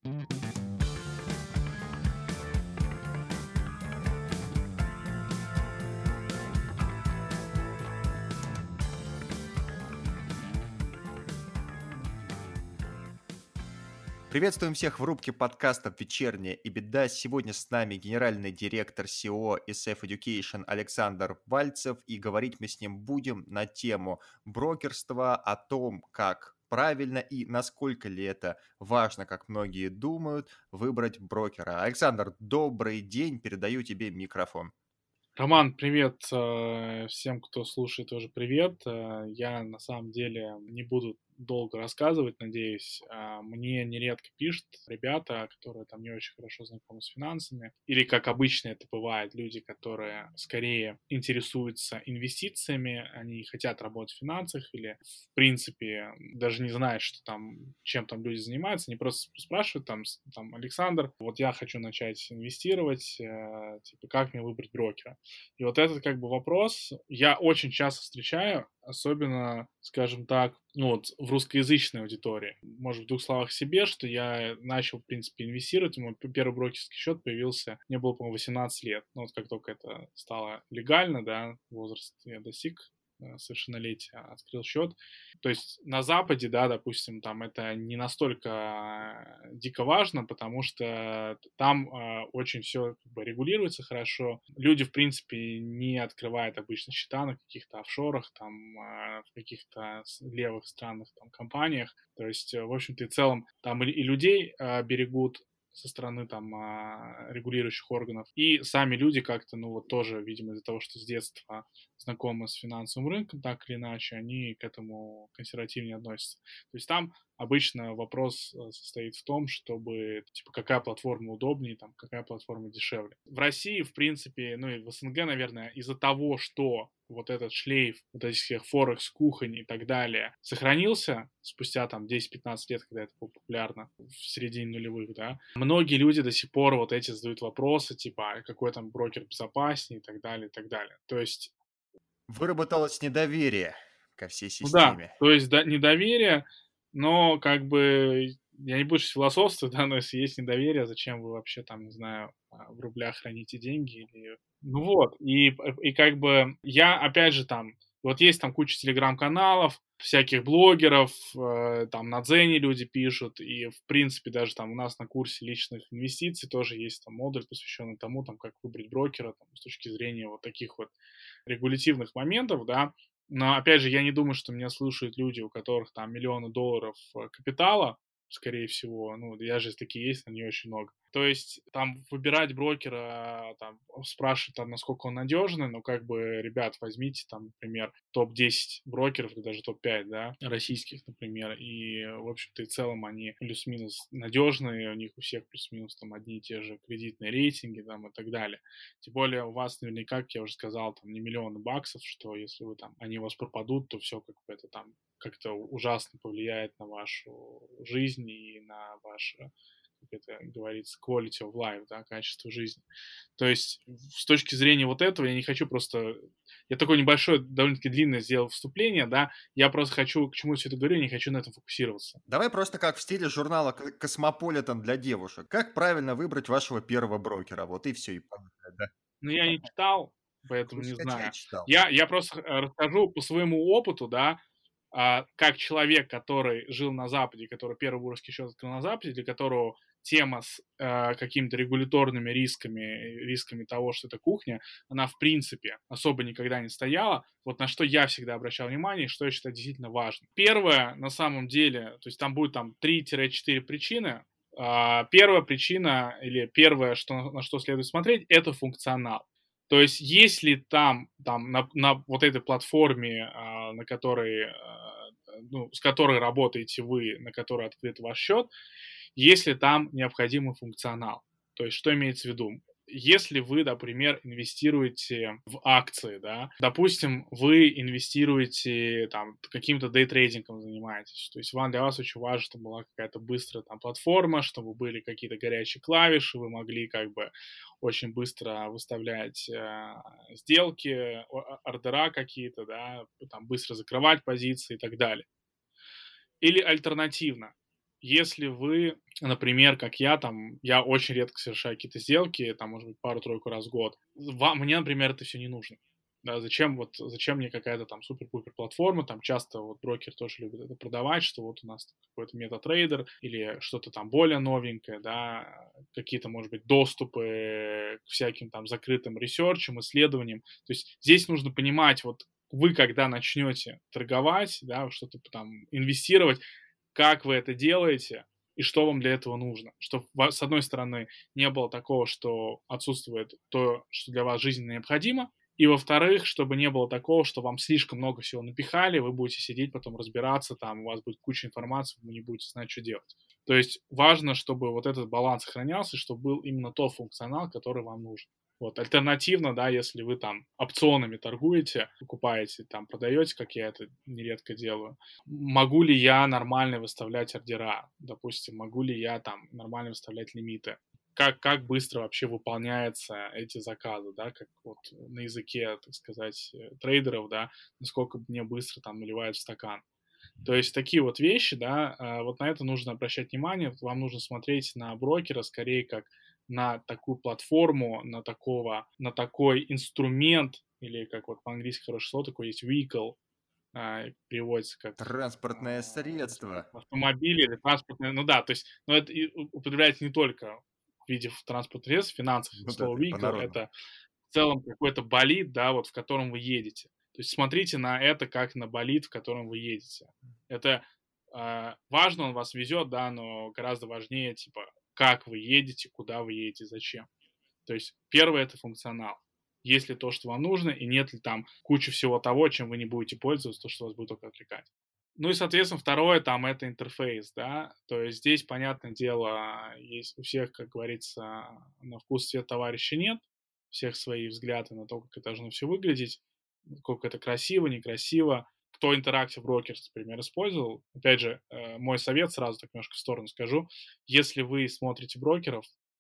Приветствуем всех в рубке подкастов «Вечерняя и беда». Сегодня с нами генеральный директор СИО SF Education Александр Вальцев. И говорить мы с ним будем на тему брокерства, о том, как правильно и насколько ли это важно, как многие думают, выбрать брокера. Александр, добрый день, передаю тебе микрофон. Роман, привет всем, кто слушает, тоже привет. Я на самом деле не буду долго рассказывать, надеюсь. Мне нередко пишут ребята, которые там не очень хорошо знакомы с финансами, или, как обычно это бывает, люди, которые скорее интересуются инвестициями, они хотят работать в финансах или, в принципе, даже не знают, что там, чем там люди занимаются, они просто спрашивают там Александр, вот я хочу начать инвестировать, типа, как мне выбрать брокера? И вот этот как бы вопрос я очень часто встречаю, особенно, скажем так, ну вот в русскоязычной аудитории. Может, в двух словах себе, что я начал, в принципе, инвестировать. Мой первый брокерский счет появился, мне было, по-моему, 18 лет. Ну вот как только это стало легально, да, возраст я достиг совершеннолетия, открыл счет. То есть на Западе, да, допустим, там это не настолько дико важно, потому что там очень все как бы регулируется хорошо. Люди, в принципе, не открывают обычно счета на каких-то офшорах, там, в каких-то левых странных там компаниях. То есть, в общем-то и целом, там и людей берегут со стороны там регулирующих органов. И сами люди как-то, ну вот тоже, видимо, из-за того, что с детства знакомы с финансовым рынком, так или иначе, они к этому консервативнее относятся. То есть там обычно вопрос состоит в том, чтобы, типа, какая платформа удобнее, там, какая платформа дешевле. В России, в принципе, ну и в СНГ, наверное, из-за того, что вот этот шлейф вот этих всех Форекс, кухонь и так далее сохранился спустя там 10-15 лет, когда это было популярно, в середине нулевых, да, многие люди до сих пор вот эти задают вопросы, типа, а какой там брокер безопаснее и так далее, и так далее. То есть Выработалось недоверие ко всей ну да, системе. то есть да, недоверие, но как бы я не буду сейчас философствовать, да, но если есть недоверие, зачем вы вообще там, не знаю, в рублях храните деньги или... Ну вот, и как бы я, опять же, там, вот есть там куча телеграм-каналов, всяких блогеров, там на Дзене люди пишут, и, в принципе, даже там у нас на курсе личных инвестиций тоже есть там модуль, посвященный тому, там, как выбрать брокера, там, с точки зрения вот таких вот регулятивных моментов, да, но, опять же, я не думаю, что меня слушают люди, у которых там миллионы долларов капитала, скорее всего. Ну, я же такие есть, но не очень много. То есть там выбирать брокера, там, спрашивать, там, насколько он надежный, но как бы, ребят, возьмите там, например, топ-10 брокеров, или даже топ-5, да, российских, например, и, в общем-то, и в целом они плюс-минус надежные, у них у всех плюс-минус там одни и те же кредитные рейтинги, там, и так далее. Тем более у вас наверняка, как я уже сказал, там, не миллионы баксов, что если вы там, они у вас пропадут, то все как бы это там как-то ужасно повлияет на вашу жизнь и на ваше, как это говорится, quality of life, да, качество жизни. То есть с точки зрения вот этого я не хочу просто... Я такое небольшое, довольно-таки длинное сделал вступление, да, я просто хочу, к чему я все это говорю, я не хочу на этом фокусироваться. Давай просто как в стиле журнала «Космополитен» для девушек. Как правильно выбрать вашего первого брокера? Вот и все. И поехали, да. Но я не читал, поэтому Хоть не скачай, знаю. читал. Я просто расскажу по своему опыту, да, как человек, который жил на Западе, который первый бурский счет открыл на Западе, для которого тема с какими-то регуляторными рисками того, что это кухня, она в принципе особо никогда не стояла. Вот на что я всегда обращал внимание, и что я считаю действительно важным. Первое, на самом деле, то есть там будет там 3-4 причины. Первая причина или первое, что, на что следует смотреть, это функционал. То есть, если там на вот этой платформе, на которой, ну, с которой работаете вы, на которой открыт ваш счет, если там необходимый функционал. То есть, что имеется в виду? Если вы, например, инвестируете в акции, да, допустим, вы инвестируете там каким-то дейтрейдингом занимаетесь, то есть для вас очень важно, чтобы была какая-то быстрая там платформа, чтобы были какие-то горячие клавиши, вы могли как бы очень быстро выставлять сделки, ордера какие-то, да, там быстро закрывать позиции и так далее. Или альтернативно, Если вы, например, как я, там, я очень редко совершаю какие-то сделки, там, может быть, пару-тройку раз в год. Мне, например, это все не нужно. Да, зачем мне какая-то там супер-пупер платформа, там часто вот брокер тоже любит это продавать, что вот у нас какой-то MetaTrader или что-то там более новенькое, да, какие-то, может быть, доступы к всяким там закрытым ресерчам, исследованиям. То есть здесь нужно понимать, вот вы когда начнете торговать, да, что-то там инвестировать, как вы это делаете и что вам для этого нужно. Чтобы, с одной стороны, не было такого, что отсутствует то, что для вас жизненно необходимо, и, во-вторых, чтобы не было такого, что вам слишком много всего напихали, вы будете сидеть, потом разбираться, там, у вас будет куча информации, вы не будете знать, что делать. То есть важно, чтобы вот этот баланс сохранялся, чтобы был именно тот функционал, который вам нужен. Вот, альтернативно, да, если вы там опционами торгуете, покупаете, там, продаете, как я это нередко делаю, могу ли я нормально выставлять ордера, допустим, могу ли я там нормально выставлять лимиты, как быстро вообще выполняются эти заказы, да, как вот на языке, так сказать, трейдеров, да, насколько мне быстро там наливают в стакан. То есть такие вот вещи, да, вот на это нужно обращать внимание, вам нужно смотреть на брокера скорее как на такую платформу, на такой инструмент, или как вот по-английски хорошее слово такое есть vehicle, переводится как Транспортное средство. автомобиль или транспортное, ну да, то есть, но это и употребляется не только в виде транспортных средств, в финансах Ну да, слово так vehicle — по-народному. это в целом какой-то болид, да, вот в котором вы едете. То есть смотрите на это как на болид, в котором вы едете. Это важно, он вас везет, да, но гораздо важнее, типа, как вы едете, куда вы едете, зачем. То есть первое — это функционал. Есть ли то, что вам нужно, и нет ли там кучи всего того, чем вы не будете пользоваться, то, что вас будет только отвлекать. Ну и, соответственно, второе там — это интерфейс, да. То есть здесь, понятное дело, есть у всех, как говорится, на вкус цвет товарища нет. У всех свои взгляды на то, как это должно все выглядеть, насколько это красиво, некрасиво. Кто Interactive Brokers, например, использовал, опять же, мой совет, сразу так немножко в сторону скажу, если вы смотрите брокеров,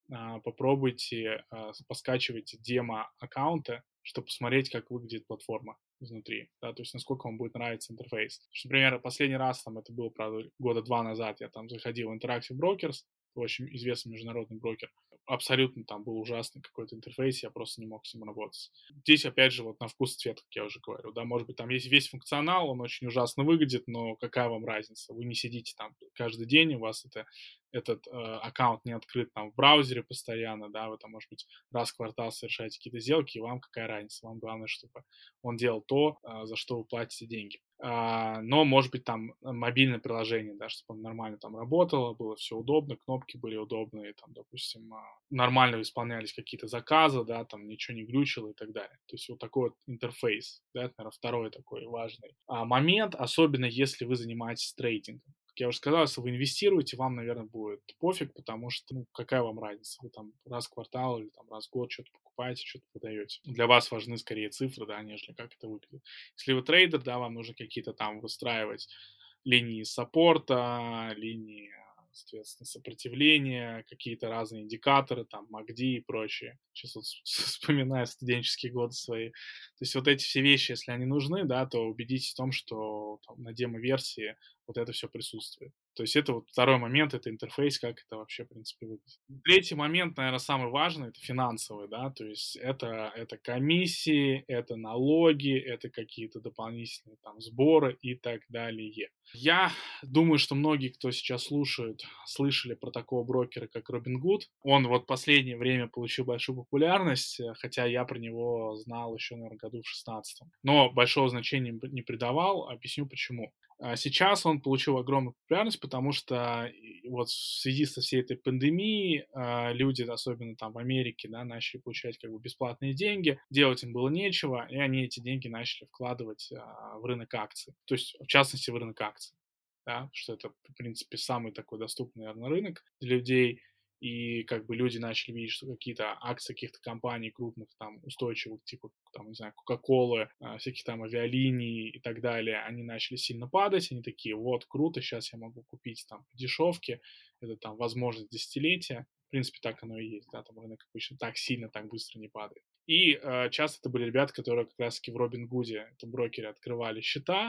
попробуйте, поскачивайте демо-аккаунты, чтобы посмотреть, как выглядит платформа изнутри, да, то есть насколько вам будет нравиться интерфейс. Что, например, последний раз, там, это было, правда, года 2 назад, я там заходил в Interactive Brokers, очень известный международный брокер, абсолютно там был ужасный какой-то интерфейс, я просто не мог с ним работать. Здесь, опять же, вот на вкус и цвет, как я уже говорю, да, может быть, там есть весь функционал, он очень ужасно выглядит, но какая вам разница? Вы не сидите там каждый день, у вас этот аккаунт не открыт там в браузере постоянно, да, вы там, может быть, раз в квартал совершаете какие-то сделки, и вам какая разница? Вам главное, чтобы он делал то, за что вы платите деньги. Но, может быть, там мобильное приложение, да, чтобы оно нормально там работало, было все удобно, кнопки были удобные, там, допустим, нормально исполнялись какие-то заказы, да, там ничего не глючило и так далее. То есть вот такой вот интерфейс, да, это, наверное, второй такой важный момент, особенно если вы занимаетесь трейдингом. Как я уже сказал, если вы инвестируете, вам, наверное, будет пофиг, потому что, ну, какая вам разница? Вы там раз в квартал или там раз в год что-то покупаете, что-то продаете. Для вас важны скорее цифры, да, нежели как это выглядит. Если вы трейдер, да, вам нужно какие-то там выстраивать линии саппорта, линии, соответственно, сопротивления, какие-то разные индикаторы, там, MACD и прочее. Сейчас вот вспоминаю студенческие годы свои. То есть вот эти все вещи, если они нужны, да, то убедитесь в том, что там, на демо-версии вот это все присутствует. То есть это вот второй момент, это интерфейс, как это вообще, в принципе, выглядит. Третий момент, наверное, самый важный, это финансовый, да, то есть это комиссии, это налоги, это какие-то дополнительные там сборы и так далее. Я думаю, что многие, кто сейчас слушает, слышали про такого брокера, как Robinhood. Он вот последнее время получил большую популярность, хотя я про него знал еще, наверное, году в 16. Но большого значения не придавал. Объясню почему. Сейчас он получил огромную популярность, потому что вот в связи со всей этой пандемией люди, особенно там в Америке, да, начали получать как бы бесплатные деньги, делать им было нечего, и они эти деньги начали вкладывать в рынок акций, то есть в частности в рынок акций, да, что это, в принципе, самый такой доступный, наверное, рынок для людей. И как бы люди начали видеть, что какие-то акции каких-то компаний крупных, там, устойчивых, типа, там, не знаю, Кока-Колы, всяких там авиалиний и так далее, они начали сильно падать, они такие, вот, круто, сейчас я могу купить там дешевки, это там возможность десятилетия, в принципе, так оно и есть, да, там рынок обычно так сильно, так быстро не падает. И часто это были ребята, которые как раз-таки в Робин Гуде, это брокеры, открывали счета,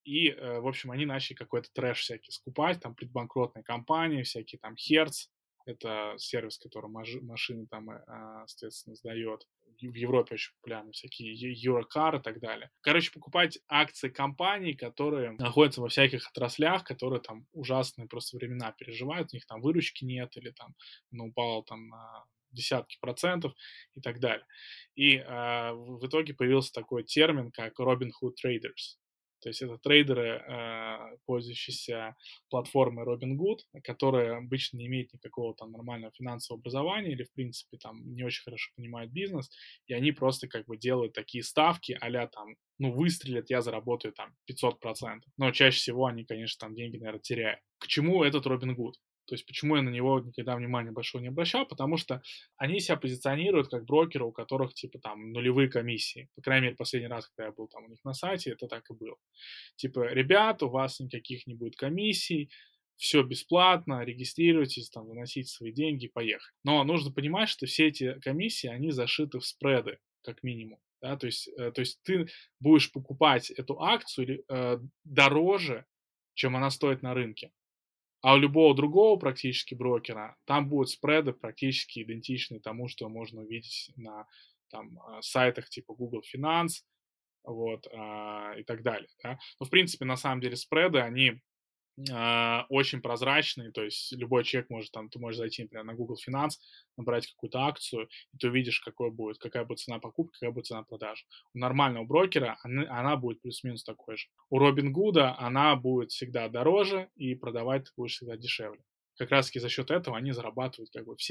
И, в общем, они начали какой-то трэш всякий скупать, там предбанкротные компании, всякие там Hertz, это сервис, который машины там, соответственно, сдает. В Европе очень популярны всякие Eurocar и так далее. Короче, покупать акции компаний, которые находятся во всяких отраслях, которые там ужасные просто времена переживают, у них там выручки нет или там она упала там на десятки процентов и так далее. И в итоге появился такой термин, как Robinhood Traders. То есть это трейдеры, пользующиеся платформой Robinhood, которая обычно не имеет никакого там нормального финансового образования или, в принципе, там не очень хорошо понимают бизнес, и они просто как бы делают такие ставки а-ля там, ну, выстрелят, я заработаю там 500%. Но чаще всего они, конечно, там деньги, наверное, теряют. К чему этот Robinhood? То есть почему я на него никогда внимания большого не обращал? Потому что они себя позиционируют как брокеры, у которых типа там нулевые комиссии. По крайней мере, последний раз, когда я был там у них на сайте, это так и было. Типа, ребят, у вас никаких не будет комиссий, все бесплатно, регистрируйтесь, там, выносите свои деньги, поехали. Но нужно понимать, что все эти комиссии, они зашиты в спреды, как минимум. Да? То есть ты будешь покупать эту акцию дороже, чем она стоит на рынке. А у любого другого практически брокера там будут спреды практически идентичны тому, что можно увидеть на там, сайтах типа Google Finance, вот, и так далее, да. Но, в принципе, на самом деле спреды, они очень прозрачные, то есть любой человек может там, ты можешь зайти, например, на Google Finance, набрать какую-то акцию, и ты увидишь, какая будет цена покупки, какая будет цена продажи. У нормального брокера она будет плюс-минус такой же. У Robinhood она будет всегда дороже, и продавать ты будешь всегда дешевле. Как раз-таки за счет этого они зарабатывают как бы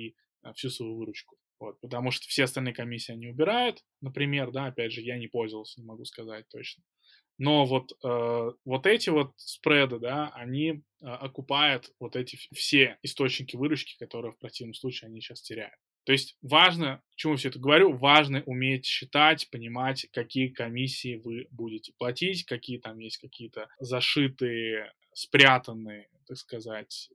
всю свою выручку. Вот, потому что все остальные комиссии они убирают, например, да, опять же, я не пользовался, не могу сказать точно. Но вот эти вот спреды, да, они окупают вот эти все источники выручки, которые в противном случае они сейчас теряют. То есть важно, к чему все это говорю, важно уметь считать, понимать, какие комиссии вы будете платить, какие там есть какие-то зашитые, спрятанные, так сказать,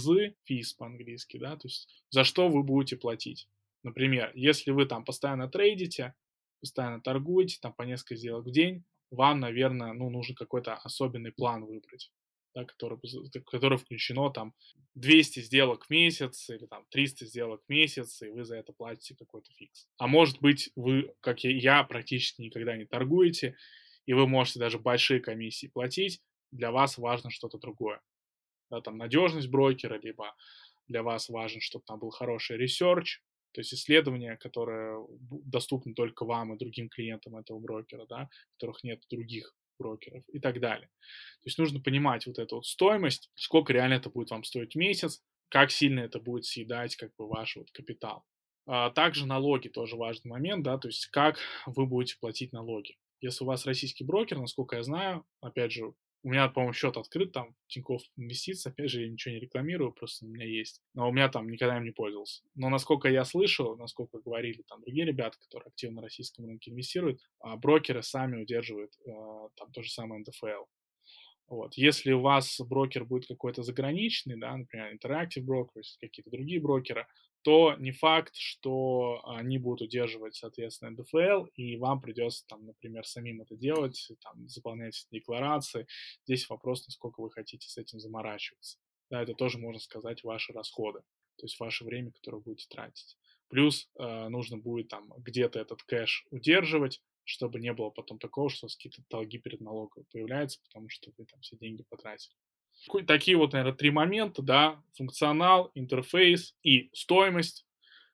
физ по-английски, да, то есть за что вы будете платить. Например, если вы там постоянно трейдите, постоянно торгуете, там по несколько сделок в день, вам, наверное, ну, нужен какой-то особенный план выбрать, да, который включено там 200 сделок в месяц или там 300 сделок в месяц, и вы за это платите какой-то фикс. А может быть, вы, как и я, практически никогда не торгуете, и вы можете даже большие комиссии платить, для вас важно что-то другое. Да, там надежность брокера, либо для вас важен, чтобы там был хороший ресерч, то есть исследования, которые доступны только вам и другим клиентам этого брокера, да, которых нет других брокеров и так далее. То есть нужно понимать вот эту вот стоимость, сколько реально это будет вам стоить в месяц, как сильно это будет съедать как бы ваш вот капитал. Также налоги тоже важный момент, да, то есть как вы будете платить налоги. Если у вас российский брокер, насколько я знаю, опять же, у меня, по-моему, счет открыт там, Тинькофф Инвестиции, опять же, я ничего не рекламирую, просто у меня есть. Но у меня там никогда им не пользовался. Но насколько я слышал, насколько говорили там другие ребята, которые активно на российском рынке инвестируют, брокеры сами удерживают там то же самое НДФЛ. Вот. Если у вас брокер будет какой-то заграничный, да, например, Interactive Brokers, какие-то другие брокеры, то не факт, что они будут удерживать, соответственно, НДФЛ, и вам придется, там, например, самим это делать, там, заполнять декларации. Здесь вопрос, насколько вы хотите с этим заморачиваться. Да, это тоже, можно сказать, ваши расходы, то есть ваше время, которое вы будете тратить. Плюс нужно будет там где-то этот кэш удерживать, чтобы не было потом такого, что какие-то долги перед налоговой появляются, потому что вы там все деньги потратили. Такие вот, наверное, три момента, да, функционал, интерфейс и стоимость.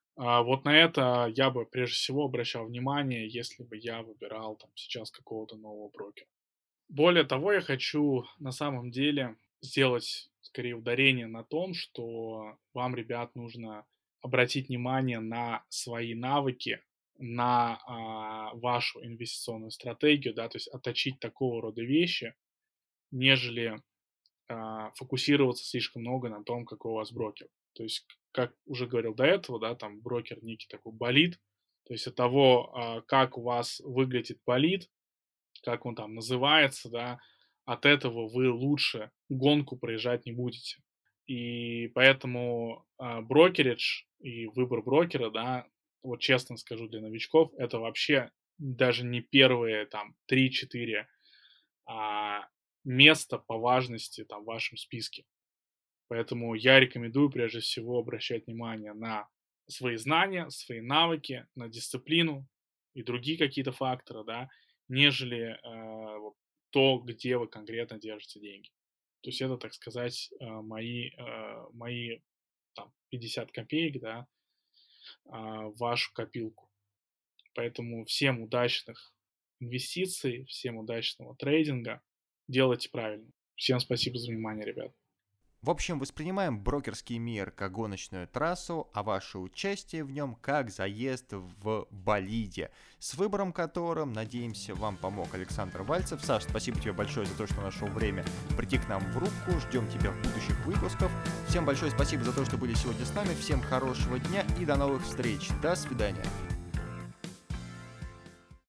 Вот на это я бы прежде всего обращал внимание, если бы я выбирал там сейчас какого-то нового брокера. Более того, я хочу на самом деле сделать скорее ударение на том, что вам, ребят, нужно обратить внимание на свои навыки, на вашу инвестиционную стратегию, да, то есть отточить такого рода вещи, нежели фокусироваться слишком много на том, какой у вас брокер. То есть, как уже говорил до этого, да, там брокер некий такой болид, то есть от того, как у вас выглядит болид, как он там называется, да, от этого вы лучше гонку проезжать не будете. И поэтому брокеридж и выбор брокера, да, вот честно скажу для новичков, это вообще даже не первые там 3-4 место по важности там в вашем списке. Поэтому я рекомендую прежде всего обращать внимание на свои знания, свои навыки, на дисциплину и другие какие-то факторы, да, нежели вот то, где вы конкретно держите деньги. То есть это, так сказать, мои там 50 копеек, да, в вашу копилку. Поэтому всем удачных инвестиций, всем удачного трейдинга. Делайте правильно. Всем спасибо за внимание, ребят. В общем, воспринимаем брокерский мир как гоночную трассу, а ваше участие в нем как заезд в болиде, с выбором которым, надеемся, вам помог Александр Вальцев. Саш, спасибо тебе большое за то, что нашел время прийти к нам в рубку. Ждем тебя в будущих выпусках. Всем большое спасибо за то, что были сегодня с нами. Всем хорошего дня и до новых встреч. До свидания.